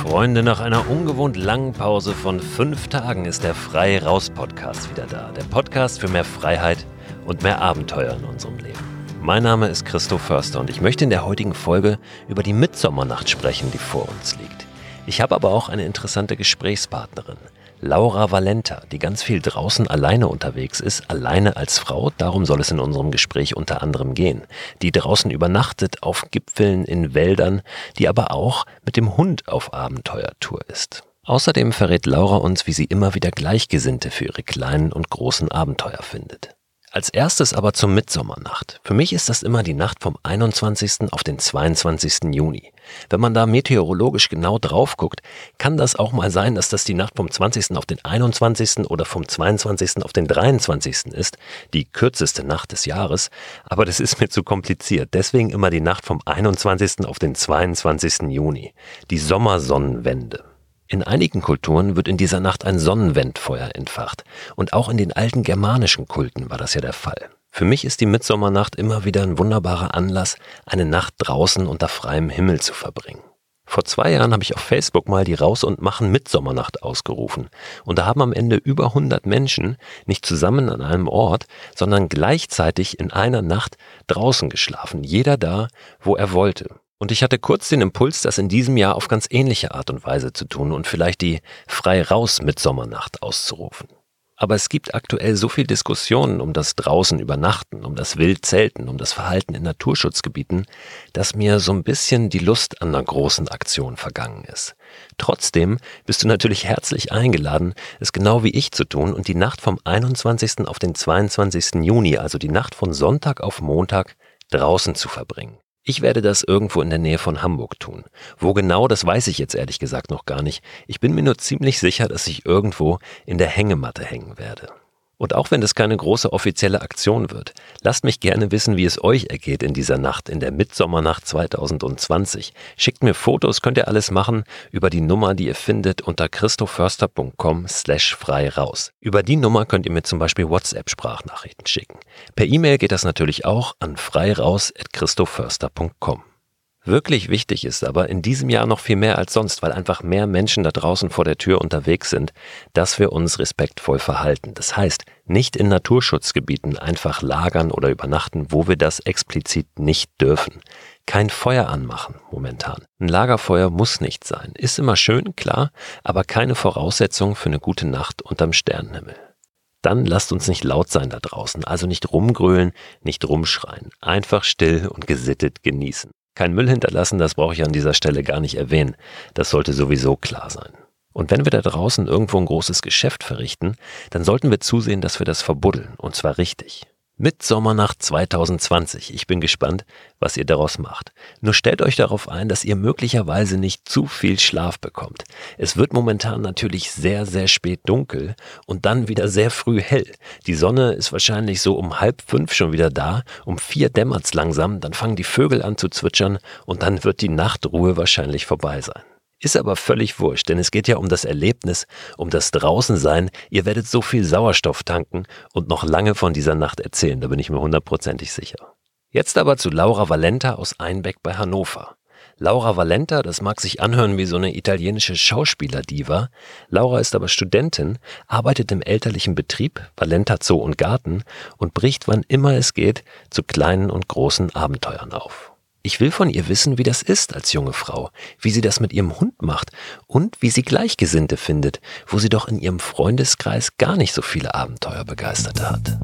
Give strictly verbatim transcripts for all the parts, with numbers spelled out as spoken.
Freunde, nach einer ungewohnt langen Pause von fünf Tagen ist der Frei Raus Podcast wieder da. Der Podcast für mehr Freiheit und mehr Abenteuer in unserem Leben. Mein Name ist Christo Förster und ich möchte in der heutigen Folge über die Mitsommernacht sprechen, die vor uns liegt. Ich habe aber auch eine interessante Gesprächspartnerin, Laura Valenta, die ganz viel draußen alleine unterwegs ist, alleine als Frau, darum soll es in unserem Gespräch unter anderem gehen, die draußen übernachtet, auf Gipfeln, in Wäldern, die aber auch mit dem Hund auf Abenteuertour ist. Außerdem verrät Laura uns, wie sie immer wieder Gleichgesinnte für ihre kleinen und großen Abenteuer findet. Als erstes aber zur Mitsommernacht. Für mich ist das immer die Nacht vom einundzwanzigsten auf den zweiundzwanzigsten Juni. Wenn man da meteorologisch genau drauf guckt, kann das auch mal sein, dass das die Nacht vom zwanzigsten auf den einundzwanzigsten oder vom zweiundzwanzigsten auf den dreiundzwanzigsten ist, die kürzeste Nacht des Jahres, aber das ist mir zu kompliziert. Deswegen immer die Nacht vom einundzwanzigsten auf den zweiundzwanzigsten Juni, die Sommersonnenwende. In einigen Kulturen wird in dieser Nacht ein Sonnenwendfeuer entfacht und auch in den alten germanischen Kulten war das ja der Fall. Für mich ist die Mitsommernacht immer wieder ein wunderbarer Anlass, eine Nacht draußen unter freiem Himmel zu verbringen. Vor zwei Jahren habe ich auf Facebook mal die Raus- und Machen-Mitsommernacht ausgerufen und da haben am Ende über hundert Menschen nicht zusammen an einem Ort, sondern gleichzeitig in einer Nacht draußen geschlafen, jeder da, wo er wollte. Und ich hatte kurz den Impuls, das in diesem Jahr auf ganz ähnliche Art und Weise zu tun und vielleicht die Frei-Raus-Mitsommernacht auszurufen. Aber es gibt aktuell so viel Diskussionen um das draußen Übernachten, um das Wildzelten, um das Verhalten in Naturschutzgebieten, dass mir so ein bisschen die Lust an einer großen Aktion vergangen ist. Trotzdem bist du natürlich herzlich eingeladen, es genau wie ich zu tun und die Nacht vom einundzwanzigsten auf den zweiundzwanzigsten Juni, also die Nacht von Sonntag auf Montag, draußen zu verbringen. Ich werde das irgendwo in der Nähe von Hamburg tun. Wo genau, das weiß ich jetzt ehrlich gesagt noch gar nicht. Ich bin mir nur ziemlich sicher, dass ich irgendwo in der Hängematte hängen werde. Und auch wenn das keine große offizielle Aktion wird, lasst mich gerne wissen, wie es euch ergeht in dieser Nacht, in der Mitsommernacht zweitausendzwanzig. Schickt mir Fotos, könnt ihr alles machen, über die Nummer, die ihr findet unter christoförster punkt com slash frei raus. Über die Nummer könnt ihr mir zum Beispiel WhatsApp-Sprachnachrichten schicken. Per E-Mail geht das natürlich auch an freiraus at christoförster punkt com. Wirklich wichtig ist aber in diesem Jahr noch viel mehr als sonst, weil einfach mehr Menschen da draußen vor der Tür unterwegs sind, dass wir uns respektvoll verhalten. Das heißt, nicht in Naturschutzgebieten einfach lagern oder übernachten, wo wir das explizit nicht dürfen. Kein Feuer anmachen momentan. Ein Lagerfeuer muss nicht sein. Ist immer schön, klar, aber keine Voraussetzung für eine gute Nacht unterm Sternenhimmel. Dann lasst uns nicht laut sein da draußen, also nicht rumgrölen, nicht rumschreien. Einfach still und gesittet genießen. Kein Müll hinterlassen, das brauche ich an dieser Stelle gar nicht erwähnen. Das sollte sowieso klar sein. Und wenn wir da draußen irgendwo ein großes Geschäft verrichten, dann sollten wir zusehen, dass wir das verbuddeln. Und zwar richtig. Mitsommernacht zweitausendzwanzig. Ich bin gespannt, was ihr daraus macht. Nur stellt euch darauf ein, dass ihr möglicherweise nicht zu viel Schlaf bekommt. Es wird momentan natürlich sehr, sehr spät dunkel und dann wieder sehr früh hell. Die Sonne ist wahrscheinlich so um halb fünf schon wieder da, um vier dämmert's langsam, dann fangen die Vögel an zu zwitschern und dann wird die Nachtruhe wahrscheinlich vorbei sein. Ist aber völlig wurscht, denn es geht ja um das Erlebnis, um das Draußensein. Ihr werdet so viel Sauerstoff tanken und noch lange von dieser Nacht erzählen, da bin ich mir hundertprozentig sicher. Jetzt aber zu Laura Valenta aus Einbeck bei Hannover. Laura Valenta, das mag sich anhören wie so eine italienische Schauspielerdiva. Laura ist aber Studentin, arbeitet im elterlichen Betrieb, Valenta Zoo und Garten und bricht, wann immer es geht, zu kleinen und großen Abenteuern auf. Ich will von ihr wissen, wie das ist als junge Frau, wie sie das mit ihrem Hund macht und wie sie Gleichgesinnte findet, wo sie doch in ihrem Freundeskreis gar nicht so viele Abenteuerbegeisterte hat.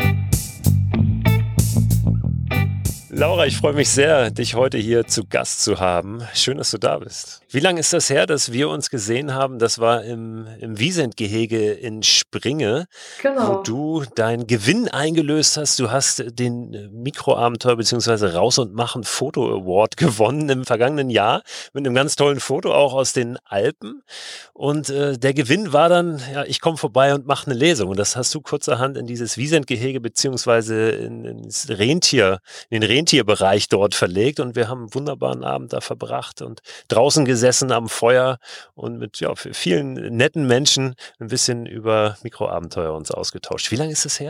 Laura, ich freue mich sehr, dich heute hier zu Gast zu haben. Schön, dass du da bist. Wie lange ist das her, dass wir uns gesehen haben? Das war im, im Wiesentgehege in Springe, Genau. wo du deinen Gewinn eingelöst hast. Du hast den Mikroabenteuer bzw. Raus und Machen Foto Award gewonnen im vergangenen Jahr mit einem ganz tollen Foto auch aus den Alpen. Und äh, der Gewinn war dann, ja, ich komme vorbei und mache eine Lesung. Und das hast du kurzerhand in dieses Wiesentgehege bzw. in, ins Rentier, in den Rentierbereich dort verlegt. Und wir haben einen wunderbaren Abend da verbracht und draußen gesessen am Feuer und mit ja, vielen netten Menschen ein bisschen über Mikroabenteuer uns ausgetauscht. Wie lange ist das her?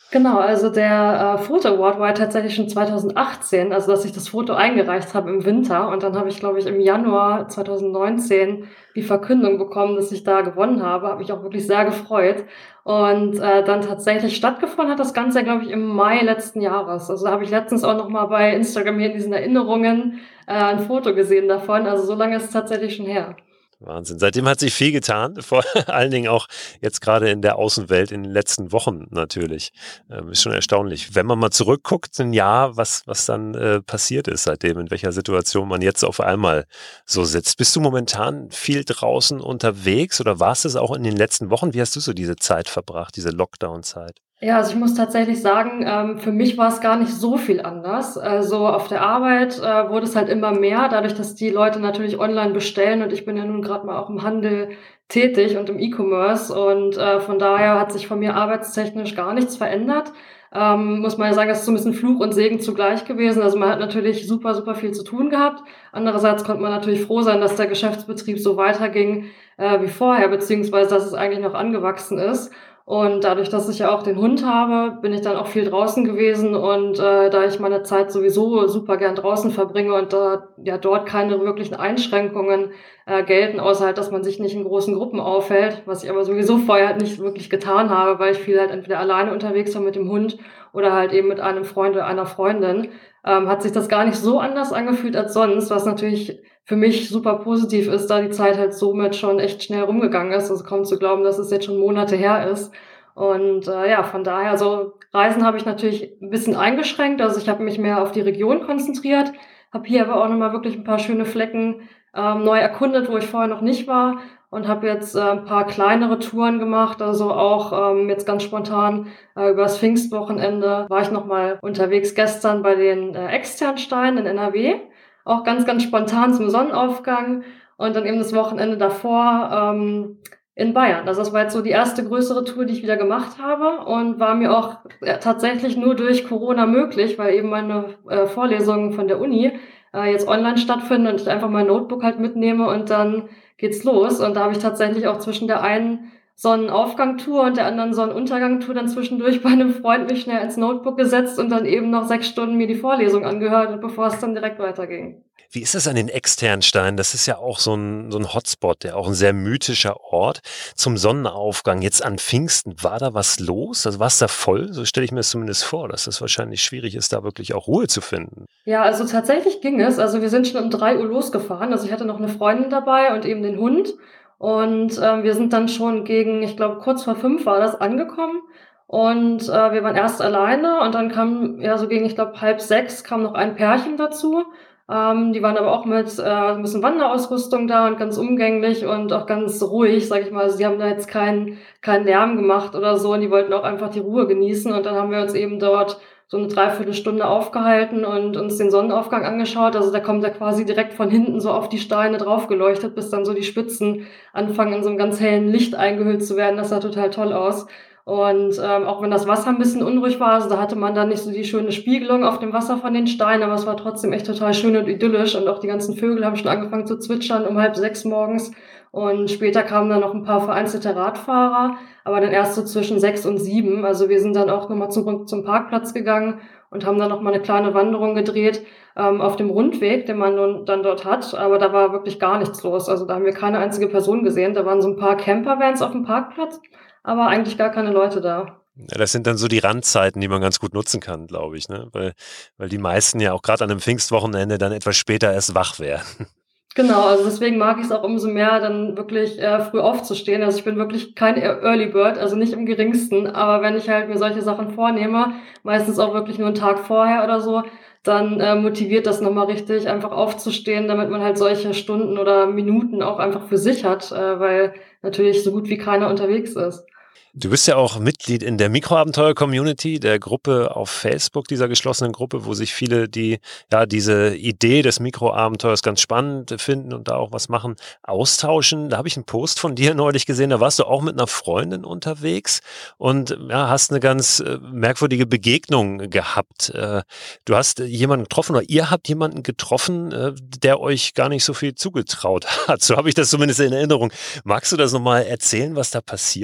Genau, also der äh, Foto Award war ja tatsächlich schon zweitausendachtzehn, also dass ich das Foto eingereicht habe im Winter und dann habe ich, glaube ich, im Januar zweitausendneunzehn die Verkündung bekommen, dass ich da gewonnen habe. Habe mich auch wirklich sehr gefreut. Und äh, dann tatsächlich stattgefunden hat das Ganze, glaube ich, im Mai letzten Jahres. Also da habe ich letztens auch noch mal bei Instagram hier in diesen Erinnerungen äh, ein Foto gesehen davon. Also so lange ist es tatsächlich schon her. Wahnsinn. Seitdem hat sich viel getan, vor allen Dingen auch jetzt gerade in der Außenwelt in den letzten Wochen natürlich. Ähm, ist schon erstaunlich. Wenn man mal zurückguckt, ein Jahr, was, was dann äh, passiert ist seitdem, in welcher Situation man jetzt auf einmal so sitzt. Bist du momentan viel draußen unterwegs oder warst es auch in den letzten Wochen? Wie hast du so diese Zeit verbracht, diese Lockdown-Zeit? Ja, also ich muss tatsächlich sagen, ähm, für mich war es gar nicht so viel anders. Also auf der Arbeit äh, wurde es halt immer mehr, dadurch, dass die Leute natürlich online bestellen und ich bin ja nun gerade mal auch im Handel tätig und im E-Commerce und äh, von daher hat sich von mir arbeitstechnisch gar nichts verändert. Ähm, muss man ja sagen, das ist so ein bisschen Fluch und Segen zugleich gewesen. Also man hat natürlich super, super viel zu tun gehabt. Andererseits konnte man natürlich froh sein, dass der Geschäftsbetrieb so weiterging äh, wie vorher, beziehungsweise dass es eigentlich noch angewachsen ist. Und dadurch, dass ich ja auch den Hund habe, bin ich dann auch viel draußen gewesen und äh, da ich meine Zeit sowieso super gern draußen verbringe und da ja dort keine wirklichen Einschränkungen äh, gelten, außer halt, dass man sich nicht in großen Gruppen aufhält, was ich aber sowieso vorher halt nicht wirklich getan habe, weil ich viel halt entweder alleine unterwegs war mit dem Hund oder halt eben mit einem Freund oder einer Freundin, ähm, hat sich das gar nicht so anders angefühlt als sonst, was natürlich für mich super positiv ist, da die Zeit halt somit schon echt schnell rumgegangen ist. Also kaum zu glauben, dass es jetzt schon Monate her ist. Und äh, ja, von daher, so Reisen habe ich natürlich ein bisschen eingeschränkt. Also ich habe mich mehr auf die Region konzentriert, habe hier aber auch nochmal wirklich ein paar schöne Flecken ähm, neu erkundet, wo ich vorher noch nicht war. Und habe jetzt äh, ein paar kleinere Touren gemacht, also auch ähm, jetzt ganz spontan äh, über das Pfingstwochenende war ich nochmal unterwegs gestern bei den äh, Externsteinen in N R W. Auch ganz, ganz spontan zum Sonnenaufgang und dann eben das Wochenende davor ähm, in Bayern. Also das war jetzt so die erste größere Tour, die ich wieder gemacht habe und war mir auch ja, tatsächlich nur durch Corona möglich, weil eben meine äh, Vorlesungen von der Uni äh, jetzt online stattfinden und ich einfach mein Notebook halt mitnehme und dann geht's los. Und da habe ich tatsächlich auch zwischen der einen Sonnenaufgang-Tour und der anderen Sonnenuntergang-Tour dann zwischendurch bei einem Freund mich schnell ins Notebook gesetzt und dann eben noch sechs Stunden mir die Vorlesung angehört, bevor es dann direkt weiterging. Wie ist es an den externen Steinen? Das ist ja auch so ein, so ein Hotspot, der auch ein sehr mythischer Ort zum Sonnenaufgang. Jetzt an Pfingsten, war da was los? Also war es da voll? So stelle ich mir es zumindest vor, dass es wahrscheinlich schwierig ist, da wirklich auch Ruhe zu finden. Ja, also tatsächlich ging es. Also wir sind schon um drei Uhr losgefahren. Also ich hatte noch eine Freundin dabei und eben den Hund. Und ähm, wir sind dann schon gegen, ich glaube, kurz vor fünf war das angekommen. Und äh, wir waren erst alleine und dann kam, ja, so gegen, ich glaube, halb sechs kam noch ein Pärchen dazu. Ähm, die waren aber auch mit äh, ein bisschen Wanderausrüstung da und ganz umgänglich und auch ganz ruhig, sag ich mal. Also die haben da jetzt keinen keinen Lärm gemacht oder so und die wollten auch einfach die Ruhe genießen. Und dann haben wir uns eben dort so eine Dreiviertelstunde aufgehalten und uns den Sonnenaufgang angeschaut. Also da kommt er quasi direkt von hinten so auf die Steine drauf geleuchtet, bis dann so die Spitzen anfangen in so einem ganz hellen Licht eingehüllt zu werden. Das sah total toll aus. Und ähm, auch wenn das Wasser ein bisschen unruhig war, also da hatte man dann nicht so die schöne Spiegelung auf dem Wasser von den Steinen, aber es war trotzdem echt total schön und idyllisch und auch die ganzen Vögel haben schon angefangen zu zwitschern um halb sechs morgens und später kamen dann noch ein paar vereinzelte Radfahrer, aber dann erst so zwischen sechs und sieben. Also wir sind dann auch nochmal zum, zum Parkplatz gegangen und haben dann nochmal eine kleine Wanderung gedreht ähm, auf dem Rundweg, den man nun, dann dort hat, aber da war wirklich gar nichts los. Also da haben wir keine einzige Person gesehen, da waren so ein paar Campervans auf dem Parkplatz, aber eigentlich gar keine Leute da. Ja, das sind dann so die Randzeiten, die man ganz gut nutzen kann, glaube ich, ne? Weil, weil die meisten ja auch gerade an einem Pfingstwochenende dann etwas später erst wach werden. Genau, also deswegen mag ich es auch umso mehr, dann wirklich äh, früh aufzustehen. Also ich bin wirklich kein Early Bird, also nicht im geringsten. Aber wenn ich halt mir solche Sachen vornehme, meistens auch wirklich nur einen Tag vorher oder so, dann äh, motiviert das nochmal richtig, einfach aufzustehen, damit man halt solche Stunden oder Minuten auch einfach für sich hat, äh, weil natürlich so gut wie keiner unterwegs ist. Du bist ja auch Mitglied in der Mikroabenteuer-Community, der Gruppe auf Facebook, dieser geschlossenen Gruppe, wo sich viele, die ja diese Idee des Mikroabenteuers ganz spannend finden und da auch was machen, austauschen. Da habe ich einen Post von dir neulich gesehen, da warst du auch mit einer Freundin unterwegs und ja, hast eine ganz äh, merkwürdige Begegnung gehabt. Äh, du hast jemanden getroffen oder ihr habt jemanden getroffen, äh, der euch gar nicht so viel zugetraut hat. So habe ich das zumindest in Erinnerung. Magst du das nochmal erzählen, was da passiert ist?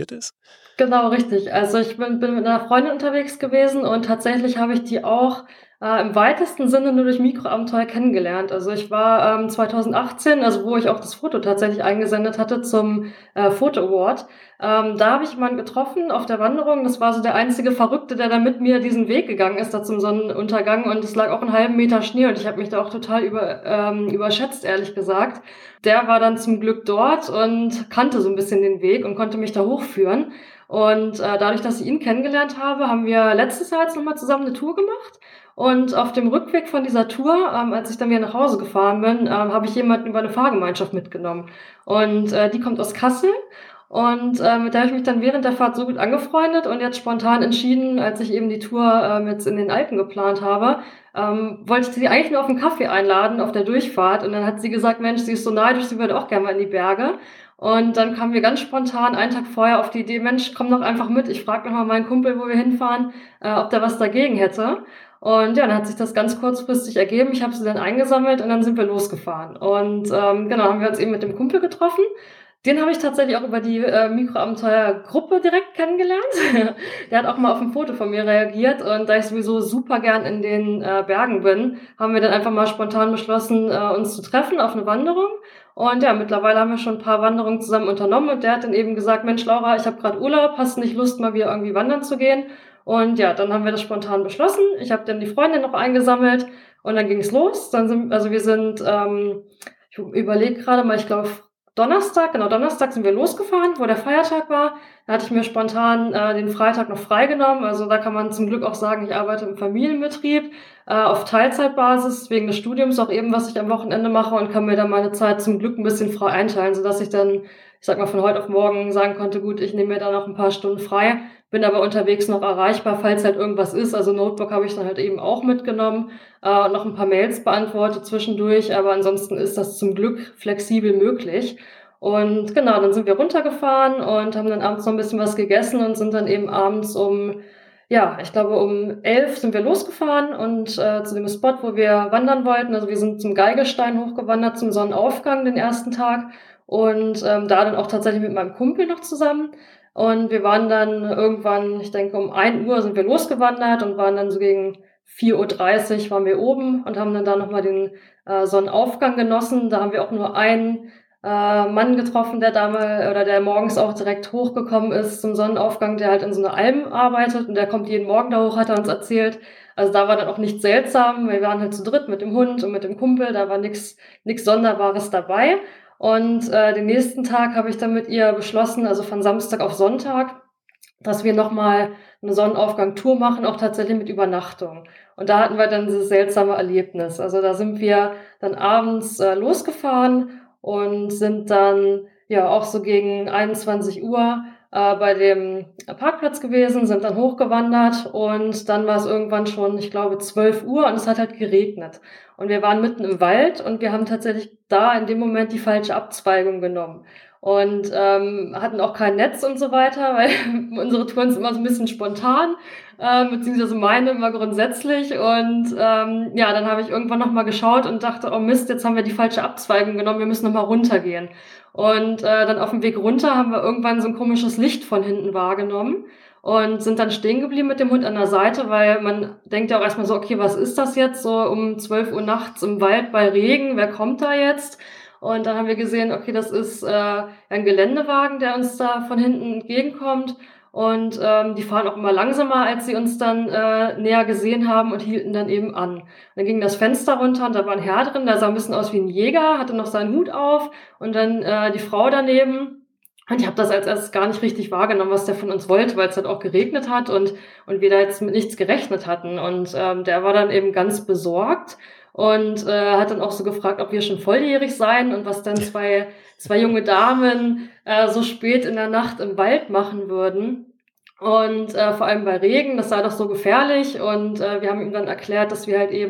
Genau, richtig. Also, ich bin bin mit 'ner Freundin unterwegs gewesen und tatsächlich habe ich die auch, äh, im weitesten Sinne nur durch Mikroabenteuer kennengelernt. Also, ich war, ähm, zweitausendachtzehn, also, wo ich auch das Foto tatsächlich eingesendet hatte zum, äh, Photo Award. Ähm, da habe ich jemanden getroffen auf der Wanderung. Das war so der einzige Verrückte, der da mit mir diesen Weg gegangen ist da zum Sonnenuntergang und es lag auch 'n halben Meter Schnee und ich habe mich da auch total über ähm, überschätzt, ehrlich gesagt. Der war dann zum Glück dort und kannte so 'n bisschen den Weg und konnte mich da hochführen. Und, äh, dadurch, dass ich ihn kennengelernt habe, haben wir letztes Jahr jetzt noch mal zusammen 'ne Tour gemacht. Und auf dem Rückweg von dieser Tour, ähm, als ich dann wieder nach Hause gefahren bin, ähm, habe ich jemanden über 'ne Fahrgemeinschaft mitgenommen. Und, äh, die kommt aus Kassel und, äh, mit der habe ich mich dann während der Fahrt so gut angefreundet und jetzt spontan entschieden, als ich eben die Tour, ähm, jetzt in den Alpen geplant habe, ähm, wollte ich sie eigentlich nur auf 'n Kaffee einladen auf der Durchfahrt. Und dann hat sie gesagt: „Mensch, sie ist so neidisch, sie würde auch gern mal in die Berge.“ Und dann kamen wir ganz spontan einen Tag vorher auf die Idee: „Mensch, komm doch einfach mit. Ich frage noch mal meinen Kumpel, wo wir hinfahren, äh, ob der was dagegen hätte.“ Und ja, dann hat sich das ganz kurzfristig ergeben. Ich habe sie dann eingesammelt und dann sind wir losgefahren. Und, ähm, genau, haben wir uns eben mit dem Kumpel getroffen. Den habe ich tatsächlich auch über die, äh, Mikroabenteuer-Gruppe direkt kennengelernt. Der hat auch mal auf 'n Foto von mir reagiert und da ich sowieso super gern in den, äh, Bergen bin, haben wir dann einfach mal spontan beschlossen, äh, uns zu treffen auf 'ne Wanderung. Und ja, mittlerweile haben wir schon 'n paar Wanderungen zusammen unternommen und der hat dann eben gesagt: „Mensch, Laura, ich habe grad Urlaub. Hast du nicht Lust, mal wieder irgendwie wandern zu gehen?“ Und ja, dann haben wir das spontan beschlossen. Ich habe dann die Freundin noch eingesammelt und dann ging's los. Dann sind also, wir sind, ähm ich überlege grade mal, ich glaube Donnerstag genau, Donnerstag sind wir losgefahren, wo der Feiertag war. Da hatte ich mir spontan, äh, den Freitag noch freigenommen. Also, da kann man zum Glück auch sagen, ich arbeite im Familienbetrieb, äh, auf Teilzeitbasis wegen des Studiums auch eben, was ich am Wochenende mache und kann mir dann meine Zeit zum Glück 'n bisschen frei einteilen, sodass ich dann, ich sage mal, von heute auf morgen sagen konnte: „Gut, ich nehme mir da noch 'n paar Stunden frei, bin aber unterwegs noch erreichbar, falls halt irgendwas ist.“ Also, Notebook habe ich dann halt eben auch mitgenommen, äh, und noch 'n paar Mails beantwortet zwischendurch, aber ansonsten ist das zum Glück flexibel möglich. Und genau, dann sind wir runtergefahren und haben dann abends noch 'n bisschen was gegessen und sind dann eben abends um ja, ich glaube, um elf sind wir losgefahren und, äh, zu dem Spot, wo wir wandern wollten. Also, wir sind zum Geigelstein hochgewandert zum Sonnenaufgang den ersten Tag und, ähm, da dann auch tatsächlich mit meinem Kumpel noch zusammen. Und wir waren dann irgendwann, ich denke, um ein Uhr sind wir losgewandert und waren dann so gegen vier Uhr dreißig waren wir oben und haben dann da noch mal den, äh, Sonnenaufgang genossen. Da haben wir auch nur einen, äh, Mann getroffen, der da mal oder der morgens auch direkt hochgekommen ist zum Sonnenaufgang, der halt in so 'ner Alm arbeitet und der kommt jeden Morgen da hoch, hat er uns erzählt. Also, da war dann auch nichts seltsam. Wir waren halt zu dritt mit dem Hund und mit dem Kumpel, da war nix nix Sonderbares dabei. Und, äh, den nächsten Tag habe ich dann mit ihr beschlossen, also, von Samstag auf Sonntag, dass wir noch mal 'ne Sonnenaufgang-Tour machen, auch tatsächlich mit Übernachtung. Und da hatten wir dann dieses seltsame Erlebnis. Also, da sind wir dann abends, äh, losgefahren und sind dann, ja, auch so gegen einundzwanzig Uhr, äh, bei dem Parkplatz gewesen, sind dann hochgewandert und dann war's irgendwann schon, ich glaube, zwölf Uhr und es hat halt geregnet. Und wir waren mitten im Wald und wir haben tatsächlich da in dem Moment die falsche Abzweigung genommen und, ähm, hatten auch kein Netz und so weiter, weil unsere Touren sind immer so 'n bisschen spontan, ähm, beziehungsweise meine immer grundsätzlich. Und, ähm, ja, dann habe ich irgendwann noch mal geschaut und dachte: „Oh Mist, jetzt haben wir die falsche Abzweigung genommen, wir müssen noch mal runtergehen.“ Und, äh, dann aufm Weg runter haben wir irgendwann so 'n komisches Licht von hinten wahrgenommen und sind dann stehen geblieben mit dem Hund an der Seite, weil man denkt ja auch erst mal so: „Okay, was ist das jetzt so um zwölf Uhr nachts im Wald bei Regen? Wer kommt da jetzt?“ Und dann haben wir gesehen, okay, das ist, äh, ein Geländewagen, der uns da von hinten entgegenkommt. Und, ähm, die fahren auch immer langsamer, als sie uns dann, äh, näher gesehen haben und hielten dann eben an. Dann ging das Fenster runter und da war 'n Herr drin, der sah 'n bisschen aus wie 'n Jäger, hatte noch seinen Hut auf und dann, äh, die Frau daneben. Und ich habe das als Erstes gar nicht richtig wahrgenommen, was der von uns wollte, weil's halt auch geregnet hat und und wir da jetzt mit nichts gerechnet hatten. Und, ähm, der war dann eben ganz besorgt und, äh, hat dann auch so gefragt, ob wir schon volljährig seien und was denn zwei zwei junge Damen, äh, so spät in der Nacht im Wald machen würden. Und, äh, vor allem bei Regen, das sei doch so gefährlich und, äh, wir haben ihm dann erklärt, dass wir halt eben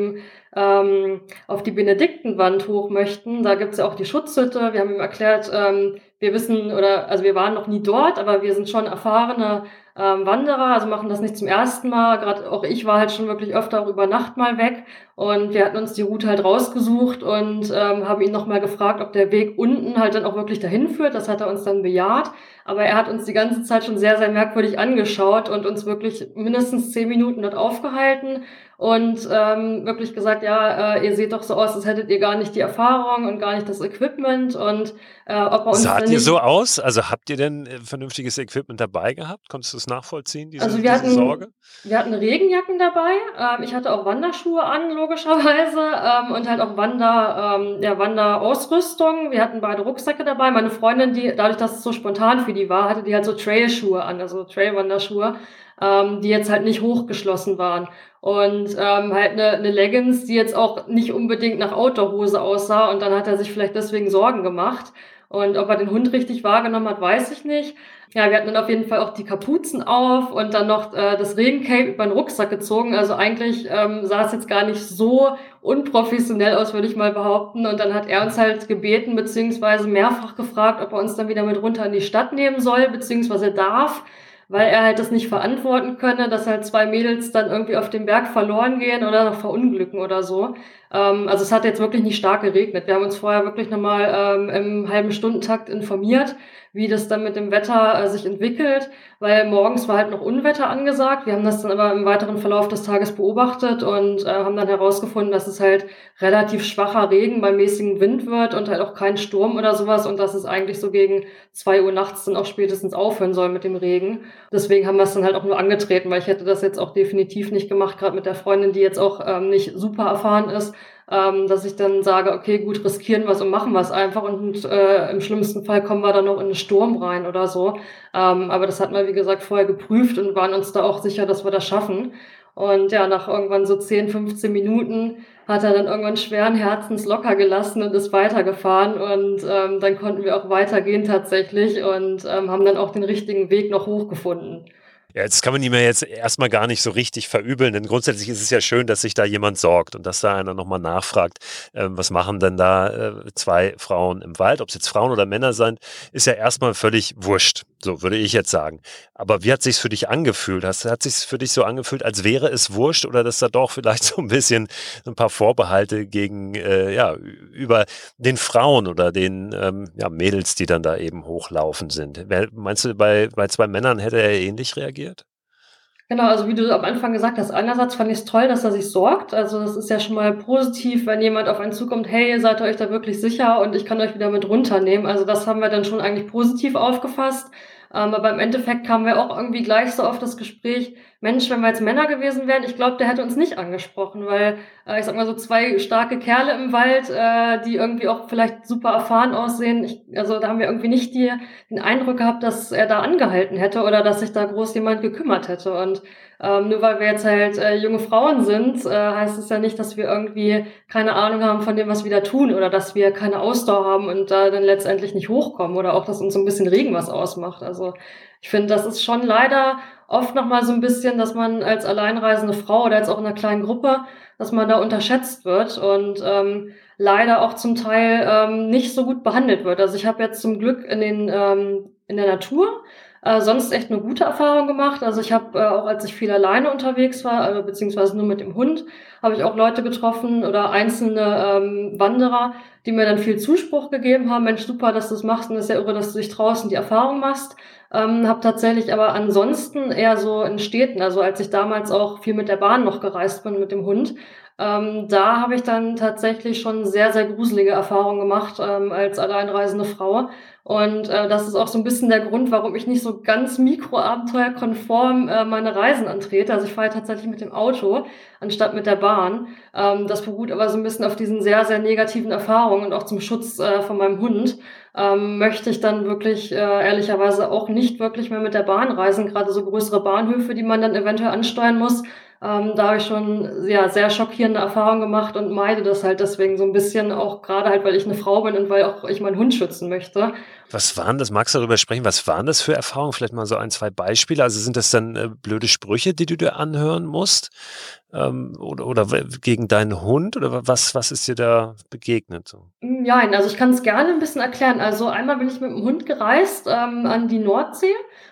ähm, auf die Benediktenwand hoch möchten. Da gibt's ja auch die Schutzhütte. Wir haben ihm erklärt, ähm, wir wissen oder also wir waren noch nie dort, aber wir sind schon erfahrene ähm, Wanderer, also machen das nicht zum ersten Mal. Gerade auch ich war halt schon wirklich öfter auch über Nacht mal weg und wir hatten uns die Route halt rausgesucht und ähm, haben ihn nochmal gefragt, ob der Weg unten halt dann auch wirklich dahin führt. Das hat er uns dann bejaht. Aber er hat uns die ganze Zeit schon sehr, sehr merkwürdig angeschaut und uns wirklich mindestens zehn Minuten dort aufgehalten und ähm, wirklich gesagt, ja, äh, ihr seht doch so aus, als hättet ihr gar nicht die Erfahrung und gar nicht das Equipment und äh, ob er uns dann Saht ihr nicht... so aus? Also habt ihr denn äh, vernünftiges Equipment dabei gehabt? Konntest du es nachvollziehen, Also diese, wir diese Sorge? hatten wir hatten Regenjacken dabei. Ähm, ich hatte auch Wanderschuhe an, logischerweise, ähm, und halt auch Wander ähm, ja, Wanderausrüstung. Wir hatten beide Rucksäcke dabei. Meine Freundin, die dadurch, dass es so spontan für die war, hatte die halt so Trailschuhe an, also Trailwanderschuhe, ähm, die jetzt halt nicht hochgeschlossen waren. Und ähm, halt eine, eine Leggings, die jetzt auch nicht unbedingt nach Outdoorhose aussah. Und dann hat er sich vielleicht deswegen Sorgen gemacht. Und ob er den Hund richtig wahrgenommen hat, weiß ich nicht. Ja, wir hatten dann auf jeden Fall auch die Kapuzen auf und dann noch äh, das Regencape über den Rucksack gezogen. Also eigentlich ähm, sah es jetzt gar nicht so unprofessionell aus, würde ich mal behaupten. Und dann hat er uns halt gebeten, beziehungsweise mehrfach gefragt, ob er uns dann wieder mit runter in die Stadt nehmen soll, beziehungsweise darf, weil er halt das nicht verantworten könne, dass halt zwei Mädels dann irgendwie auf dem Berg verloren gehen oder noch verunglücken oder so. Ähm, also es hat jetzt wirklich nicht stark geregnet. Wir haben uns vorher wirklich nochmal ähm, im halben Stundentakt informiert, wie das dann mit dem Wetter äh, sich entwickelt, weil morgens war halt noch Unwetter angesagt. Wir haben das dann aber im weiteren Verlauf des Tages beobachtet und äh, haben dann herausgefunden, dass es halt relativ schwacher Regen bei mäßigem Wind wird und halt auch kein Sturm oder sowas und dass es eigentlich so gegen zwei Uhr nachts dann auch spätestens aufhören soll mit dem Regen. Deswegen haben wir es dann halt auch nur angetreten, weil ich hätte das jetzt auch definitiv nicht gemacht, gerade mit der Freundin, die jetzt auch ähm, nicht super erfahren ist, ähm, dass ich dann sage, okay, gut, riskieren wir es und machen wir es einfach und äh, im schlimmsten Fall kommen wir dann noch in einen Sturm rein oder so. Ähm, aber das hatten wir, wie gesagt, vorher geprüft und waren uns da auch sicher, dass wir das schaffen. Und ja, nach irgendwann so zehn, fünfzehn Minuten hat er dann irgendwann schweren Herzens locker gelassen und ist weitergefahren und ähm, dann konnten wir auch weitergehen tatsächlich und ähm, haben dann auch den richtigen Weg noch hochgefunden. Ja, jetzt kann man ihm ja jetzt erstmal gar nicht so richtig verübeln, denn grundsätzlich ist es ja schön, dass sich da jemand sorgt und dass da einer nochmal nachfragt, äh, was machen denn da äh, zwei Frauen im Wald? Ob es jetzt Frauen oder Männer sind, ist ja erstmal völlig wurscht, so würde ich jetzt sagen. Aber wie hat sich's für dich angefühlt? Hast, hat sich's für dich so angefühlt, als wäre es wurscht oder dass da doch vielleicht so ein bisschen so ein paar Vorbehalte gegen, äh, ja, über den Frauen oder den ähm, ja, Mädels, die dann da eben hochlaufen sind? Wer, meinst du, bei, bei zwei Männern hätte er ähnlich reagiert? Genau, also wie du am Anfang gesagt hast, einerseits fand ich es toll, dass er sich sorgt. Also das ist ja schon mal positiv, wenn jemand auf einen zukommt, hey, seid ihr euch da wirklich sicher und ich kann euch wieder mit runternehmen. Also das haben wir dann schon eigentlich positiv aufgefasst. Ähm, aber im Endeffekt kamen wir auch irgendwie gleich so auf das Gespräch, Mensch, wenn wir jetzt Männer gewesen wären, ich glaube, der hätte uns nicht angesprochen, weil äh, ich sag mal so zwei starke Kerle im Wald, äh, die irgendwie auch vielleicht super erfahren aussehen. Ich, also da haben wir irgendwie nicht die, den Eindruck gehabt, dass er da angehalten hätte oder dass sich da groß jemand gekümmert hätte. Und ähm, nur weil wir jetzt halt äh, junge Frauen sind, äh, heißt es ja nicht, dass wir irgendwie keine Ahnung haben von dem, was wir da tun oder dass wir keine Ausdauer haben und da dann letztendlich nicht hochkommen oder auch, dass uns so ein bisschen Regen was ausmacht. Also ich finde, das ist schon leider oft nochmal so ein bisschen, dass man als alleinreisende Frau oder jetzt auch in einer kleinen Gruppe, dass man da unterschätzt wird und ähm, leider auch zum Teil ähm, nicht so gut behandelt wird. Also ich habe jetzt zum Glück in den ähm, in der Natur äh, sonst echt eine gute Erfahrung gemacht. Also ich habe äh, auch, als ich viel alleine unterwegs war, äh, beziehungsweise nur mit dem Hund, habe ich auch Leute getroffen oder einzelne ähm, Wanderer, die mir dann viel Zuspruch gegeben haben. Mensch, super, dass du das machst und es ist ja irre, dass du dich draußen die Erfahrung machst. Ähm, habe tatsächlich aber ansonsten eher so in Städten, also als ich damals auch viel mit der Bahn noch gereist bin mit dem Hund, ähm, da habe ich dann tatsächlich schon sehr, sehr gruselige Erfahrungen gemacht ähm, als alleinreisende Frau. Und äh, das ist auch so ein bisschen der Grund, warum ich nicht so ganz mikroabenteuerkonform äh, meine Reisen antrete. Also ich fahre ja tatsächlich mit dem Auto anstatt mit der Bahn. Ähm, das beruht aber so ein bisschen auf diesen sehr, sehr negativen Erfahrungen und auch zum Schutz äh, von meinem Hund. Ähm, möchte ich dann wirklich äh, ehrlicherweise auch nicht wirklich mehr mit der Bahn reisen, gerade so größere Bahnhöfe, die man dann eventuell ansteuern muss, Ähm, da habe ich schon, ja, sehr schockierende Erfahrungen gemacht und meide das halt deswegen so ein bisschen auch gerade halt, weil ich eine Frau bin und weil auch ich meinen Hund schützen möchte. Was waren das? Magst du darüber sprechen? Was waren das für Erfahrungen? Vielleicht mal so ein, zwei Beispiele. Also sind das dann äh, blöde Sprüche, die du dir anhören musst? Ähm, oder oder w- gegen deinen Hund? Oder wa- was, was ist dir da begegnet? So? Hm, jein, also ich kann es gerne ein bisschen erklären. Also, einmal bin ich mit dem Hund gereist, ähm, an die Nordsee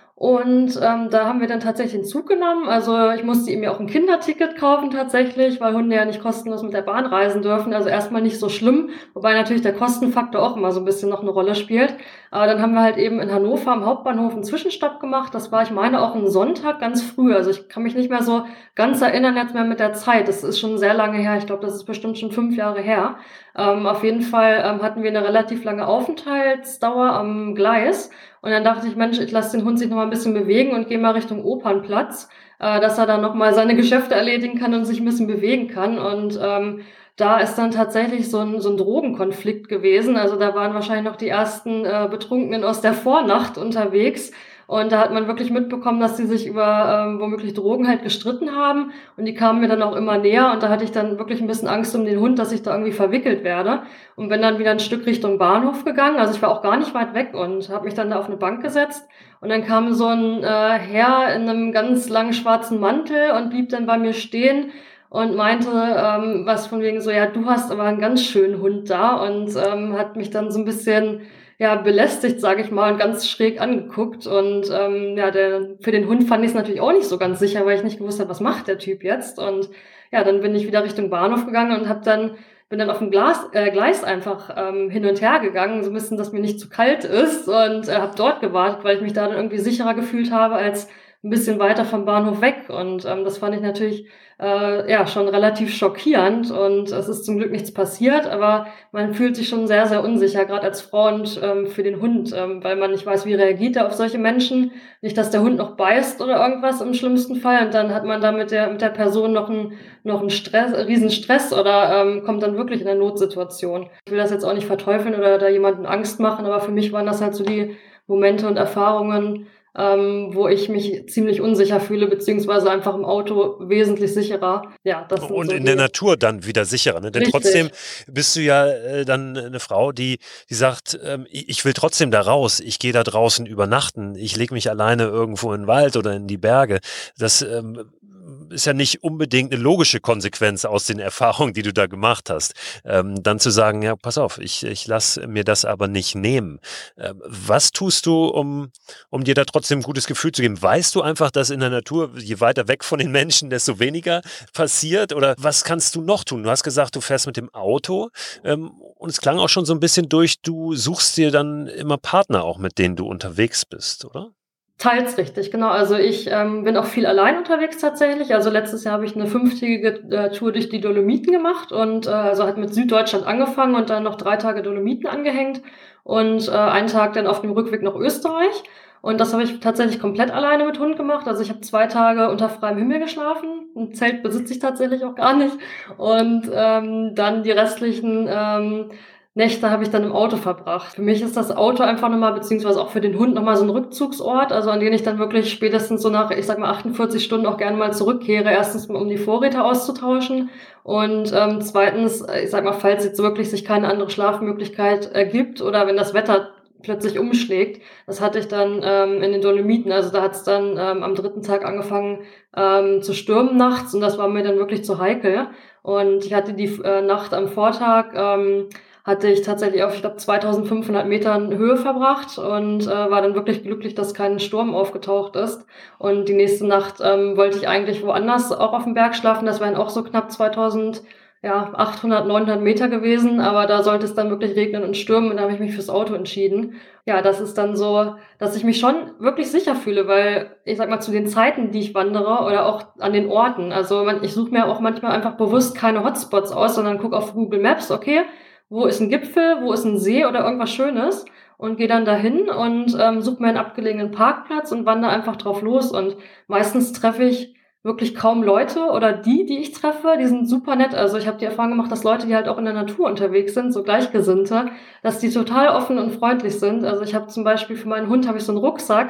und, ähm, da haben wir dann tatsächlich 'n Zug genommen. Also, ich musste ihm ja auch 'n Kinderticket kaufen tatsächlich, weil Hunde ja nicht kostenlos mit der Bahn reisen dürfen. Also, erst mal nicht so schlimm, wobei natürlich der Kostenfaktor auch immer so 'n bisschen noch 'ne Rolle spielt. Aber dann haben wir halt eben in Hannover am Hauptbahnhof 'n Zwischenstopp gemacht. Das war, ich meine, auch 'n Sonntag ganz früh. Also, ich kann mich nicht mehr so ganz erinnern jetzt mehr mit der Zeit. Das ist schon sehr lange her. Ich glaube, das ist bestimmt schon fünf Jahre her. Ähm, auf jeden Fall, ähm, hatten wir 'ne relativ lange Aufenthaltsdauer am Gleis und dann dachte ich: „Mensch, ich lasse den Hund sich noch mal 'n bisschen bewegen und gehe mal Richtung Opernplatz, äh, dass er dann noch mal seine Geschäfte erledigen kann und sich 'n bisschen bewegen kann.“ Und, ähm, da ist dann tatsächlich so 'n so 'n Drogenkonflikt gewesen. Also, da waren wahrscheinlich noch die ersten, äh, Betrunkenen aus der Vornacht unterwegs und da hat man wirklich mitbekommen, dass die sich über, ähm, womöglich Drogen halt gestritten haben und die kamen mir dann auch immer näher und da hatte ich dann wirklich 'n bisschen Angst um den Hund, dass ich da irgendwie verwickelt werde und bin dann wieder 'n Stück Richtung Bahnhof gegangen. Also, ich war auch gar nicht weit weg und habe mich dann da auf 'ne Bank gesetzt und dann kam so 'n, äh, Herr in 'nem ganz langen schwarzen Mantel und blieb dann bei mir stehen und meinte, ähm, was von wegen so: „Ja, du hast aber 'n ganz schönen Hund da“ und, ähm, hat mich dann so 'n bisschen, ja, belästigt, sage ich mal, und ganz schräg angeguckt und, ähm, ja, der für den Hund fand ich's natürlich auch nicht so ganz sicher, weil ich nicht gewusst habe, was macht der Typ jetzt? Und ja, dann bin ich wieder Richtung Bahnhof gegangen und habe dann bin dann aufm Glas äh, Gleis einfach, ähm, hin und her gegangen, so 'n bisschen, dass mir nicht zu kalt ist und, äh, habe dort gewartet, weil ich mich da dann irgendwie sicherer gefühlt habe als 'n bisschen weiter vom Bahnhof weg. Und, ähm, das fand ich natürlich, äh, ja, schon relativ schockierend und es ist zum Glück nichts passiert, aber man fühlt sich schon sehr, sehr unsicher, grad als Frau und, ähm, für den Hund, ähm, weil man nicht weiß, wie reagiert er auf solche Menschen. Nicht, dass der Hund noch beißt oder irgendwas im schlimmsten Fall und dann hat man da mit der mit der Person noch 'n noch 'n Stress Riesenstress oder, ähm, kommt dann wirklich in 'ne Notsituation. Ich will das jetzt auch nicht verteufeln oder da jemanden Angst machen, aber für mich waren das halt so die Momente und Erfahrungen, ähm, wo ich mich ziemlich unsicher fühle, beziehungsweise einfach im Auto wesentlich sicherer. Ja, das sind Und so in der die Natur dann wieder sicherer, ne? Denn trotzdem richtig. bist du ja äh, dann eine Frau, die, die sagt, ähm, i- ich will trotzdem da raus, ich gehe da draußen übernachten, ich lege mich alleine irgendwo in den Wald oder in die Berge. Das ähm, ist ja nicht unbedingt eine logische Konsequenz aus den Erfahrungen, die du da gemacht hast. Ähm, dann zu sagen, ja, pass auf, ich, ich lasse mir das aber nicht nehmen. Ähm, was tust du, um um dir da trotzdem ein gutes Gefühl zu geben? Weißt du einfach, dass in der Natur, je weiter weg von den Menschen, desto weniger passiert? Oder was kannst du noch tun? Du hast gesagt, du fährst mit dem Auto ähm, und es klang auch schon so ein bisschen durch, du suchst dir dann immer Partner auch, mit denen du unterwegs bist, oder? Teils richtig, genau. Also, ich, ähm, bin auch viel allein unterwegs tatsächlich. Also, letztes Jahr habe ich 'ne fünftägige, äh, Tour durch die Dolomiten gemacht und, äh also, hat mit Süddeutschland angefangen und dann noch drei Tage Dolomiten angehängt und, äh, einen Tag dann auf dem Rückweg nach Österreich. Und das habe ich tatsächlich komplett alleine mit Hund gemacht. Also, ich habe zwei Tage unter freiem Himmel geschlafen. 'N Zelt besitze ich tatsächlich auch gar nicht. Und, ähm, dann die restlichen, ähm, Nächte habe ich dann im Auto verbracht. Für mich ist das Auto einfach noch mal beziehungsweise auch für den Hund noch mal so 'n Rückzugsort, also an den ich dann wirklich spätestens so nach, ich sage mal, achtundvierzig Stunden auch gerne mal zurückkehre. Erstens mal, um die Vorräte auszutauschen und, ähm, zweitens, äh, ich sage mal, falls jetzt wirklich sich keine andere Schlafmöglichkeit ergibt oder wenn das Wetter plötzlich umschlägt. Das hatte ich dann, ähm, in den Dolomiten. Also, da hat's dann, ähm, am dritten Tag angefangen, ähm, zu stürmen nachts und das war mir dann wirklich zu heikel. Und ich hatte die f äh, Nacht am Vortag, ähm hatte ich tatsächlich auf, ich glaube, zweitausendfünfhundert Metern Höhe verbracht und, äh, war dann wirklich glücklich, dass kein Sturm aufgetaucht ist. Und die nächste Nacht, ähm, wollte ich eigentlich woanders auch aufm Berg schlafen. Das wären auch so knapp zweitausend, ja, achthundert, neunhundert Meter gewesen, aber da sollte es dann wirklich regnen und stürmen und da habe ich mich fürs Auto entschieden. Ja, das ist dann so, dass ich mich schon wirklich sicher fühle, weil ich sage mal, zu den Zeiten, die ich wandere oder auch an den Orten, also man ich suche mir auch manchmal einfach bewusst keine Hotspots aus, sondern gucke auf Google Maps, okay, wo ist 'n Gipfel, wo ist 'n See oder irgendwas Schönes und gehe dann dahin und, ähm, suche mir 'n abgelegenen Parkplatz und wandere einfach drauf los. Und meistens treffe ich wirklich kaum Leute oder die, die ich treffe, die sind super nett. Also, ich habe die Erfahrung gemacht, dass Leute, die halt auch in der Natur unterwegs sind, so Gleichgesinnte, dass die total offen und freundlich sind. Also, ich habe zum Beispiel für meinen Hund habe ich so 'n Rucksack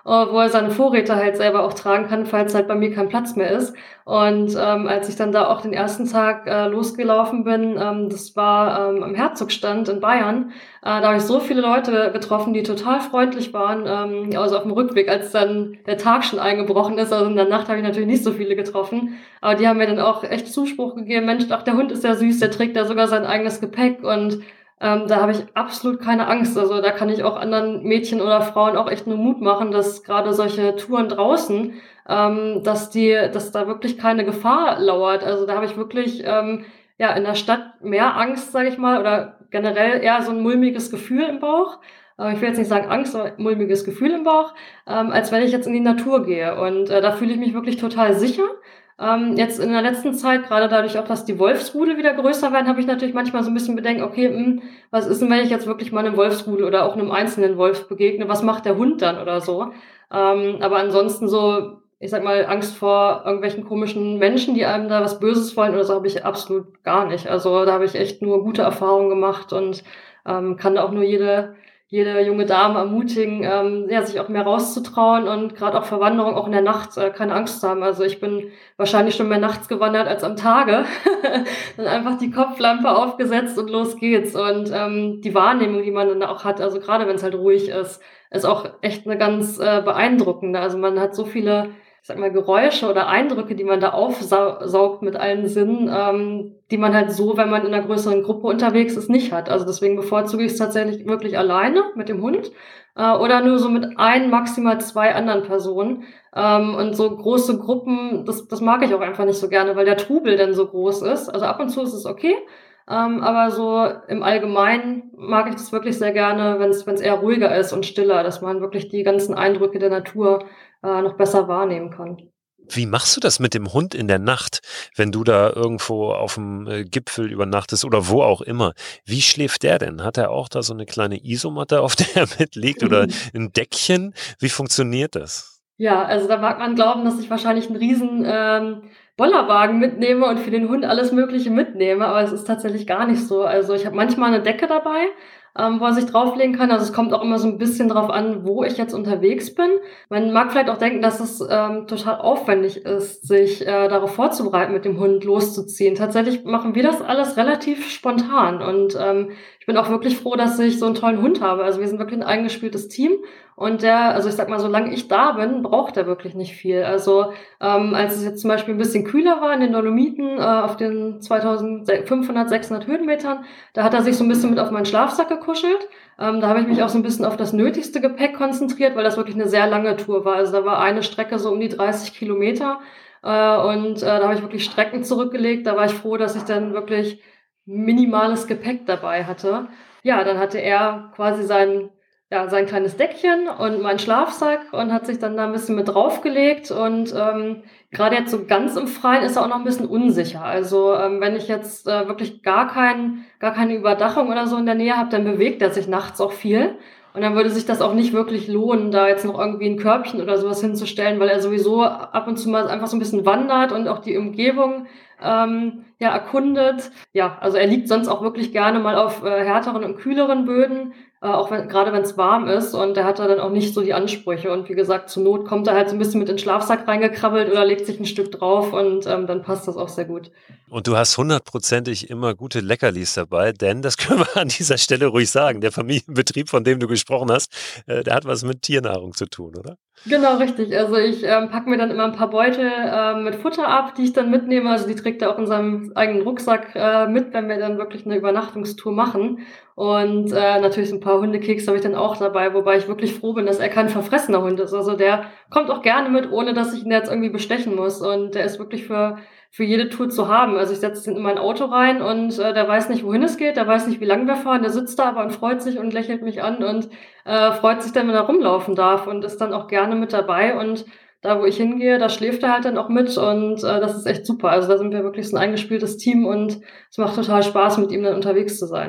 äh, wo er seine Vorräte halt selber auch tragen kann, falls halt bei mir kein Platz mehr ist. Und ähm, als ich dann da auch den ersten Tag äh, losgelaufen bin, ähm, das war ähm, am Herzogstand in Bayern, äh, da habe ich so viele Leute getroffen, die total freundlich waren. Ähm, also auf dem Rückweg, als dann der Tag schon eingebrochen ist, also in der Nacht habe ich natürlich nicht so viele getroffen, aber die haben mir dann auch echt Zuspruch gegeben, Mensch, ach, der Hund ist ja süß, der trägt ja sogar sein eigenes Gepäck und ähm, da habe ich absolut keine Angst. Also da kann ich auch anderen Mädchen oder Frauen auch echt nur Mut machen, dass gerade solche Touren draußen, ähm, dass die, dass da wirklich keine Gefahr lauert. Also da habe ich wirklich ähm, ja in der Stadt mehr Angst, sage ich mal, oder generell eher so ein mulmiges Gefühl im Bauch. Äh, ich will jetzt nicht sagen Angst, aber mulmiges Gefühl im Bauch, ähm, als wenn ich jetzt in die Natur gehe. Und äh, da fühle ich mich wirklich total sicher. Ähm, jetzt in der letzten Zeit, gerade dadurch auch, dass die Wolfsrudel wieder größer werden, habe ich natürlich manchmal so ein bisschen Bedenken, okay, mh, was ist denn, wenn ich jetzt wirklich mal einem Wolfsrudel oder auch einem einzelnen Wolf begegne? Was macht der Hund dann oder so? Ähm, aber ansonsten so, ich sag mal, Angst vor irgendwelchen komischen Menschen, die einem da was Böses wollen oder so, habe ich absolut gar nicht. Also da habe ich echt nur gute Erfahrungen gemacht und ähm, kann da auch nur jede jede junge Dame ermutigen, ähm, ja, sich auch mehr rauszutrauen und gerade auch für Wanderung auch in der Nacht äh, keine Angst zu haben. Also ich bin wahrscheinlich schon mehr nachts gewandert als am Tage. Dann einfach die Kopflampe aufgesetzt und los geht's. Und ähm, die Wahrnehmung, die man dann auch hat, also gerade wenn es halt ruhig ist, ist auch echt eine ganz äh, beeindruckende. Also man hat so viele, ich sag mal, Geräusche oder Eindrücke, die man da aufsaugt mit allen Sinnen, ähm, die man halt so, wenn man in einer größeren Gruppe unterwegs ist, nicht hat. Also deswegen bevorzuge ich es tatsächlich wirklich alleine mit dem Hund äh, oder nur so mit ein, maximal zwei anderen Personen. Ähm, und so große Gruppen, das, das mag ich auch einfach nicht so gerne, weil der Trubel dann so groß ist. Also ab und zu ist es okay, ähm, aber so im Allgemeinen mag ich das wirklich sehr gerne, wenn es wenn es eher ruhiger ist und stiller, dass man wirklich die ganzen Eindrücke der Natur äh, noch besser wahrnehmen kann. Wie machst du das mit dem Hund in der Nacht, wenn du da irgendwo auf dem äh, Gipfel übernachtest oder wo auch immer? Wie schläft der denn? Hat er auch da so eine kleine Isomatte, auf der er mitliegt oder ein Deckchen? Wie funktioniert das? Ja, also da mag man glauben, dass ich wahrscheinlich einen riesen ähm, Bollerwagen mitnehme und für den Hund alles Mögliche mitnehme, aber es ist tatsächlich gar nicht so. Also ich habe manchmal eine Decke dabei, ähm, wo er sich drauflegen kann. Also es kommt auch immer so ein bisschen drauf an, wo ich jetzt unterwegs bin. Man mag vielleicht auch denken, dass es ähm, total aufwendig ist, sich äh, darauf vorzubereiten, mit dem Hund loszuziehen. Tatsächlich machen wir das alles relativ spontan und ähm, ich bin auch wirklich froh, dass ich so einen tollen Hund habe. Also wir sind wirklich ein eingespieltes Team. Und der, also ich sag mal, solange ich da bin, braucht er wirklich nicht viel. Also ähm, als es jetzt zum Beispiel ein bisschen kühler war in den Dolomiten, äh, auf den zweitausendfünfhundert, sechshundert Höhenmetern, da hat er sich so ein bisschen mit auf meinen Schlafsack gekuschelt. Ähm, da habe ich mich auch so ein bisschen auf das nötigste Gepäck konzentriert, weil das wirklich eine sehr lange Tour war. Also da war eine Strecke so um die dreißig Kilometer äh, und äh, da habe ich wirklich Strecken zurückgelegt. Da war ich froh, dass ich dann wirklich minimales Gepäck dabei hatte. Ja, dann hatte er quasi sein ja, sein kleines Deckchen und meinen Schlafsack und hat sich dann da ein bisschen mit draufgelegt und ähm, gerade jetzt so ganz im Freien ist er auch noch ein bisschen unsicher. Also ähm, wenn ich jetzt äh, wirklich gar kein, gar keine Überdachung oder so in der Nähe habe, dann bewegt er sich nachts auch viel und dann würde sich das auch nicht wirklich lohnen, da jetzt noch irgendwie ein Körbchen oder sowas hinzustellen, weil er sowieso ab und zu mal einfach so ein bisschen wandert und auch die Umgebung ähm, ja erkundet. Ja, also er liegt sonst auch wirklich gerne mal auf äh, härteren und kühleren Böden, äh, auch wenn, gerade wenn es warm ist und der hat da dann auch nicht so die Ansprüche und wie gesagt, zur Not kommt er halt so ein bisschen mit in den Schlafsack reingekrabbelt oder legt sich ein Stück drauf und ähm, dann passt das auch sehr gut. Und du hast hundertprozentig immer gute Leckerlis dabei, denn das können wir an dieser Stelle ruhig sagen, der Familienbetrieb, von dem du gesprochen hast, äh, der hat was mit Tiernahrung zu tun, oder? Genau, richtig. Also ich ähm, packe mir dann immer ein paar Beutel ähm, mit Futter ab, die ich dann mitnehme. Also die trägt er auch in seinem eigenen Rucksack äh, mit, wenn wir dann wirklich eine Übernachtungstour machen. Und äh, natürlich so ein paar Hundekekse habe ich dann auch dabei, wobei ich wirklich froh bin, dass er kein verfressener Hund ist. Also der kommt auch gerne mit, ohne dass ich ihn jetzt irgendwie bestechen muss. Und der ist wirklich für für jede Tour zu haben. Also ich setze ihn in mein Auto rein und äh, der weiß nicht, wohin es geht, der weiß nicht, wie lange wir fahren, der sitzt da aber und freut sich und lächelt mich an und äh, freut sich dann, wenn er rumlaufen darf und ist dann auch gerne mit dabei und da, wo ich hingehe, da schläft er halt dann auch mit und äh, das ist echt super. Also da sind wir wirklich so ein eingespieltes Team und es macht total Spaß, mit ihm dann unterwegs zu sein.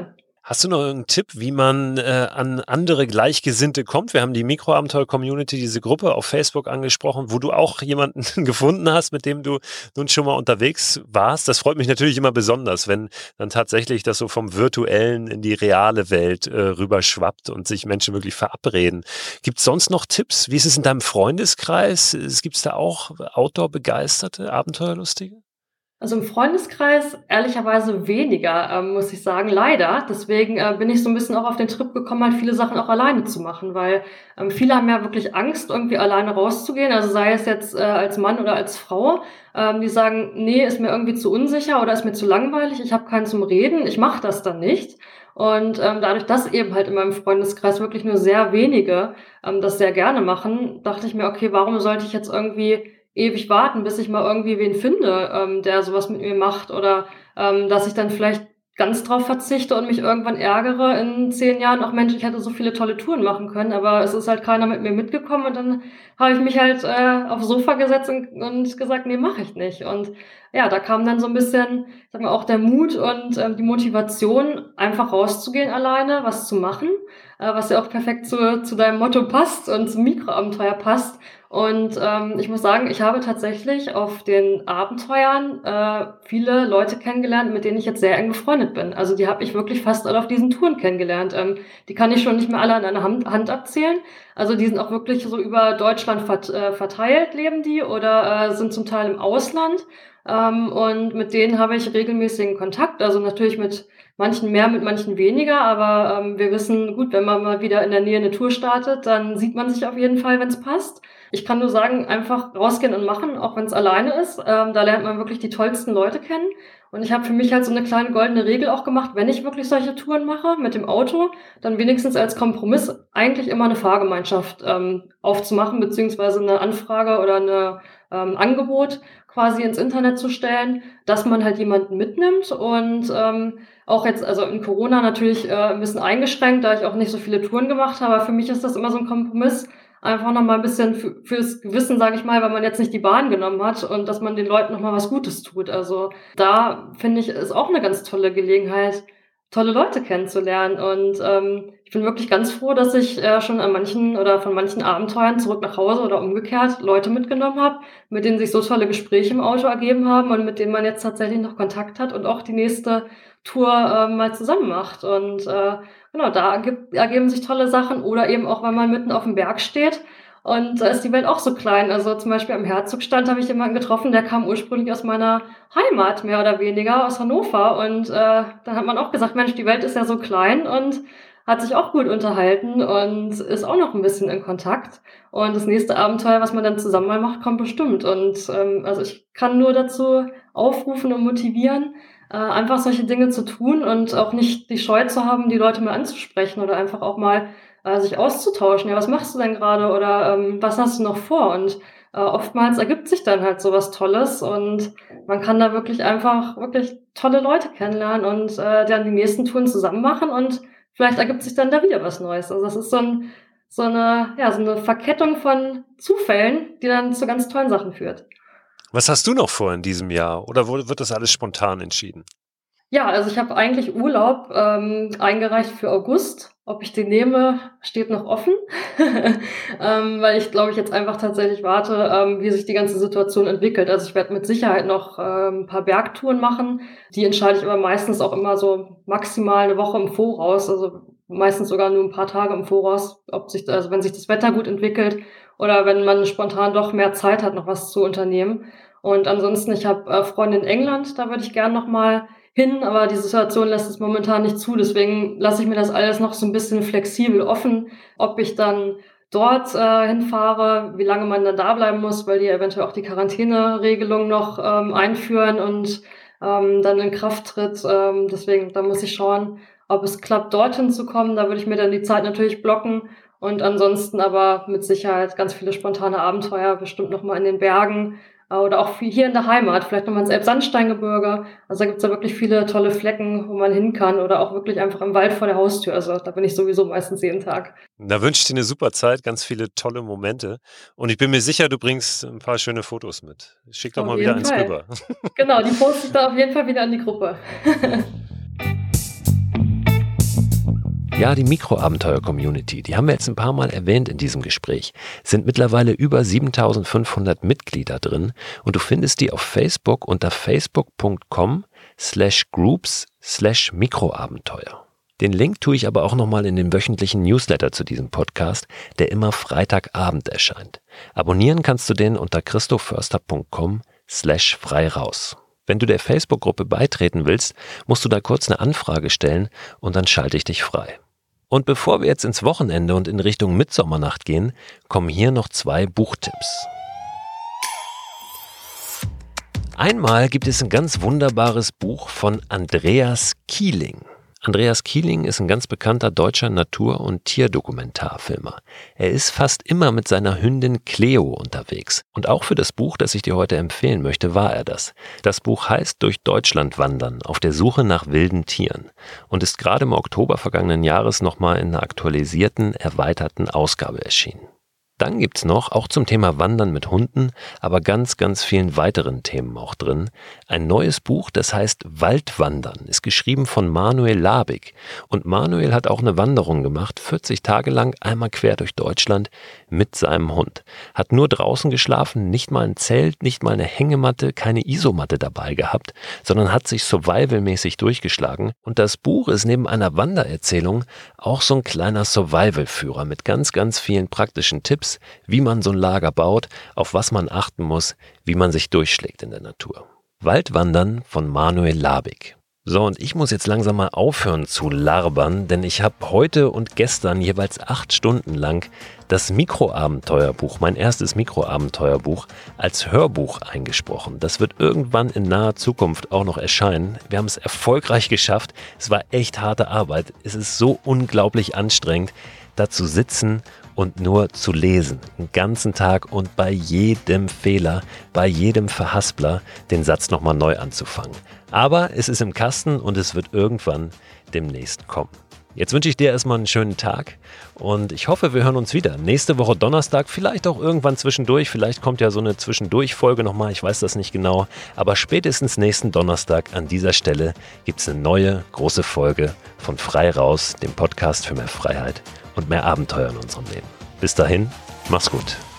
Hast du noch einen Tipp, wie man äh, an andere Gleichgesinnte kommt? Wir haben die Mikroabenteuer-Community, diese Gruppe auf Facebook angesprochen, wo du auch jemanden gefunden hast, mit dem du nun schon mal unterwegs warst. Das freut mich natürlich immer besonders, wenn dann tatsächlich das so vom Virtuellen in die reale Welt äh, rüberschwappt und sich Menschen wirklich verabreden. Gibt es sonst noch Tipps? Wie ist es in deinem Freundeskreis? Gibt es da auch Outdoor-begeisterte, Abenteuerlustige? Also im Freundeskreis ehrlicherweise weniger, ähm, muss ich sagen, leider. Deswegen äh, bin ich so ein bisschen auch auf den Trip gekommen, halt viele Sachen auch alleine zu machen, weil ähm, viele haben ja wirklich Angst, irgendwie alleine rauszugehen. Also sei es jetzt äh, als Mann oder als Frau, ähm, die sagen, nee, ist mir irgendwie zu unsicher oder ist mir zu langweilig, ich habe keinen zum Reden, ich mache das dann nicht. Und ähm, dadurch, dass eben halt in meinem Freundeskreis wirklich nur sehr wenige ähm, das sehr gerne machen, dachte ich mir, okay, warum sollte ich jetzt irgendwie ewig warten, bis ich mal irgendwie wen finde, ähm, der sowas mit mir macht oder ähm, dass ich dann vielleicht ganz drauf verzichte und mich irgendwann ärgere in zehn Jahren: „Ach Mensch, ich hätte so viele tolle Touren machen können, aber es ist halt keiner mit mir mitgekommen." Und dann habe ich mich halt äh, aufs Sofa gesetzt und und gesagt: „Ne, mache ich nicht." Und ja, da kam dann so ein bisschen, sage mal, auch der Mut und ähm, die Motivation, einfach rauszugehen alleine, was zu machen, äh, was ja auch perfekt zu zu deinem Motto passt und zum Mikroabenteuer passt. Und ähm, ich muss sagen, ich habe tatsächlich auf den Abenteuern äh, viele Leute kennengelernt, mit denen ich jetzt sehr eng befreundet bin. Also die habe ich wirklich fast alle auf diesen Touren kennengelernt. Ähm, die kann ich schon nicht mehr alle an einer Hand, Hand abzählen. Also die sind auch wirklich so über Deutschland vert, äh, verteilt, leben die oder äh, sind zum Teil im Ausland. Ähm, und mit denen habe ich regelmäßigen Kontakt. Also natürlich mit manchen mehr, mit manchen weniger. Aber ähm, wir wissen, gut, wenn man mal wieder in der Nähe eine Tour startet, dann sieht man sich auf jeden Fall, wenn es passt. Ich kann nur sagen, einfach rausgehen und machen, auch wenn es alleine ist. Ähm, da lernt man wirklich die tollsten Leute kennen. Und ich habe für mich halt so eine kleine goldene Regel auch gemacht, wenn ich wirklich solche Touren mache mit dem Auto, dann wenigstens als Kompromiss eigentlich immer eine Fahrgemeinschaft ähm, aufzumachen, beziehungsweise eine Anfrage oder eine ähm, Angebot quasi ins Internet zu stellen, dass man halt jemanden mitnimmt und ähm, auch jetzt, also in Corona natürlich äh, ein bisschen eingeschränkt, da ich auch nicht so viele Touren gemacht habe, aber für mich ist das immer so ein Kompromiss, einfach noch mal ein bisschen für fürs Gewissen, sage ich mal, weil man jetzt nicht die Bahn genommen hat und dass man den Leuten noch mal was Gutes tut. Also, da finde ich, ist auch eine ganz tolle Gelegenheit, tolle Leute kennenzulernen. Und ähm, ich bin wirklich ganz froh, dass ich äh, schon an manchen oder von manchen Abenteuern zurück nach Hause oder umgekehrt Leute mitgenommen habe, mit denen sich so tolle Gespräche im Auto ergeben haben und mit denen man jetzt tatsächlich noch Kontakt hat und auch die nächste Tour äh, mal zusammen macht. Und äh, genau, da ergibt, ergeben sich tolle Sachen oder eben auch, wenn man mitten auf dem Berg steht und da ist die Welt auch so klein. Also zum Beispiel am Herzogstand habe ich jemanden getroffen, der kam ursprünglich aus meiner Heimat, mehr oder weniger, aus Hannover. Und äh, dann hat man auch gesagt, Mensch, die Welt ist ja so klein und hat sich auch gut unterhalten und ist auch noch ein bisschen in Kontakt. Und das nächste Abenteuer, was man dann zusammen mal macht, kommt bestimmt. Und ähm, also ich kann nur dazu aufrufen und motivieren, äh, einfach solche Dinge zu tun und auch nicht die Scheu zu haben, die Leute mal anzusprechen oder einfach auch mal äh, sich auszutauschen. Ja, was machst du denn gerade oder ähm, was hast du noch vor? Und äh, oftmals ergibt sich dann halt so was Tolles und man kann da wirklich einfach wirklich tolle Leute kennenlernen und äh, dann die nächsten Touren zusammen machen und vielleicht ergibt sich dann da wieder was Neues. Also das ist so ein so eine ja, so eine Verkettung von Zufällen, die dann zu ganz tollen Sachen führt. Was hast du noch vor in diesem Jahr? Oder wurde- wird das alles spontan entschieden? Ja, also ich habe eigentlich Urlaub ähm, eingereicht für August. Ob ich den nehme, steht noch offen, ähm, weil ich glaube ich jetzt einfach tatsächlich warte, ähm, wie sich die ganze Situation entwickelt. Also ich werde mit Sicherheit noch ähm, ein paar Bergtouren machen. Die entscheide ich aber meistens auch immer so maximal eine Woche im Voraus, also meistens sogar nur ein paar Tage im Voraus, ob sich, also wenn sich das Wetter gut entwickelt oder wenn man spontan doch mehr Zeit hat, noch was zu unternehmen. Und ansonsten, ich habe äh, Freunde in England, da würde ich gern noch mal hin, aber die Situation lässt es momentan nicht zu. Deswegen lasse ich mir das alles noch so ein bisschen flexibel offen, ob ich dann dort äh, hinfahre, wie lange man dann da bleiben muss, weil die eventuell auch die Quarantäneregelung noch ähm, einführen und ähm, dann in Kraft tritt. Ähm, deswegen, da muss ich schauen, ob es klappt, dorthin zu kommen. Da würde ich mir dann die Zeit natürlich blocken. Und ansonsten aber mit Sicherheit ganz viele spontane Abenteuer, bestimmt noch mal in den Bergen äh, oder auch viel hier in der Heimat, vielleicht noch mal ins Elbsandsteingebirge. Also da gibt's ja wirklich viele tolle Flecken, wo man hin kann oder auch wirklich einfach im Wald vor der Haustür. Also da bin ich sowieso meistens jeden Tag. Da wünsche ich dir eine super Zeit, ganz viele tolle Momente. Und ich bin mir sicher, du bringst ein paar schöne Fotos mit. Schick doch Auf mal wieder jeden eins Fall. rüber. Genau, die poste ich dann auf jeden Fall wieder an die Gruppe. Ja, die Mikroabenteuer-Community, die haben wir jetzt ein paar Mal erwähnt in diesem Gespräch, sind mittlerweile über siebentausendfünfhundert Mitglieder drin und du findest die auf Facebook unter facebook.com slash groups slash Mikroabenteuer. Den Link tue ich aber auch nochmal in den wöchentlichen Newsletter zu diesem Podcast, der immer Freitagabend erscheint. Abonnieren kannst du den unter christoförster.com slash frei raus. Wenn du der Facebook-Gruppe beitreten willst, musst du da kurz eine Anfrage stellen und dann schalte ich dich frei. Und bevor wir jetzt ins Wochenende und in Richtung Mitsommernacht gehen, kommen hier noch zwei Buchtipps. Einmal gibt es ein ganz wunderbares Buch von Andreas Kieling. Andreas Kieling ist ein ganz bekannter deutscher Natur- und Tierdokumentarfilmer. Er ist fast immer mit seiner Hündin Cleo unterwegs. Und auch für das Buch, das ich dir heute empfehlen möchte, war er das. Das Buch heißt Durch Deutschland wandern, auf der Suche nach wilden Tieren und ist gerade im Oktober vergangenen Jahres nochmal in einer aktualisierten, erweiterten Ausgabe erschienen. Dann gibt's noch, auch zum Thema Wandern mit Hunden, aber ganz, ganz vielen weiteren Themen auch drin, ein neues Buch, das heißt Waldwandern, ist geschrieben von Manuel Labig. Und Manuel hat auch eine Wanderung gemacht, vierzig Tage lang, einmal quer durch Deutschland mit seinem Hund. Hat nur draußen geschlafen, nicht mal ein Zelt, nicht mal eine Hängematte, keine Isomatte dabei gehabt, sondern hat sich survivalmäßig durchgeschlagen. Und das Buch ist neben einer Wandererzählung auch so ein kleiner Survival-Führer mit ganz, ganz vielen praktischen Tipps, wie man so ein Lager baut, auf was man achten muss, wie man sich durchschlägt in der Natur. Waldwandern von Manuel Labig. So, und ich muss jetzt langsam mal aufhören zu labern, denn ich habe heute und gestern jeweils acht Stunden lang das Mikroabenteuerbuch, mein erstes Mikroabenteuerbuch, als Hörbuch eingesprochen. Das wird irgendwann in naher Zukunft auch noch erscheinen. Wir haben es erfolgreich geschafft. Es war echt harte Arbeit. Es ist so unglaublich anstrengend, da zu sitzen und nur zu lesen, den ganzen Tag und bei jedem Fehler, bei jedem Verhaspler den Satz nochmal neu anzufangen. Aber es ist im Kasten und es wird irgendwann demnächst kommen. Jetzt wünsche ich dir erstmal einen schönen Tag und ich hoffe, wir hören uns wieder. Nächste Woche Donnerstag, vielleicht auch irgendwann zwischendurch, vielleicht kommt ja so eine Zwischendurch-Folge nochmal, ich weiß das nicht genau, aber spätestens nächsten Donnerstag an dieser Stelle gibt es eine neue, große Folge von Frei Raus, dem Podcast für mehr Freiheit und mehr Abenteuer in unserem Leben. Bis dahin, mach's gut.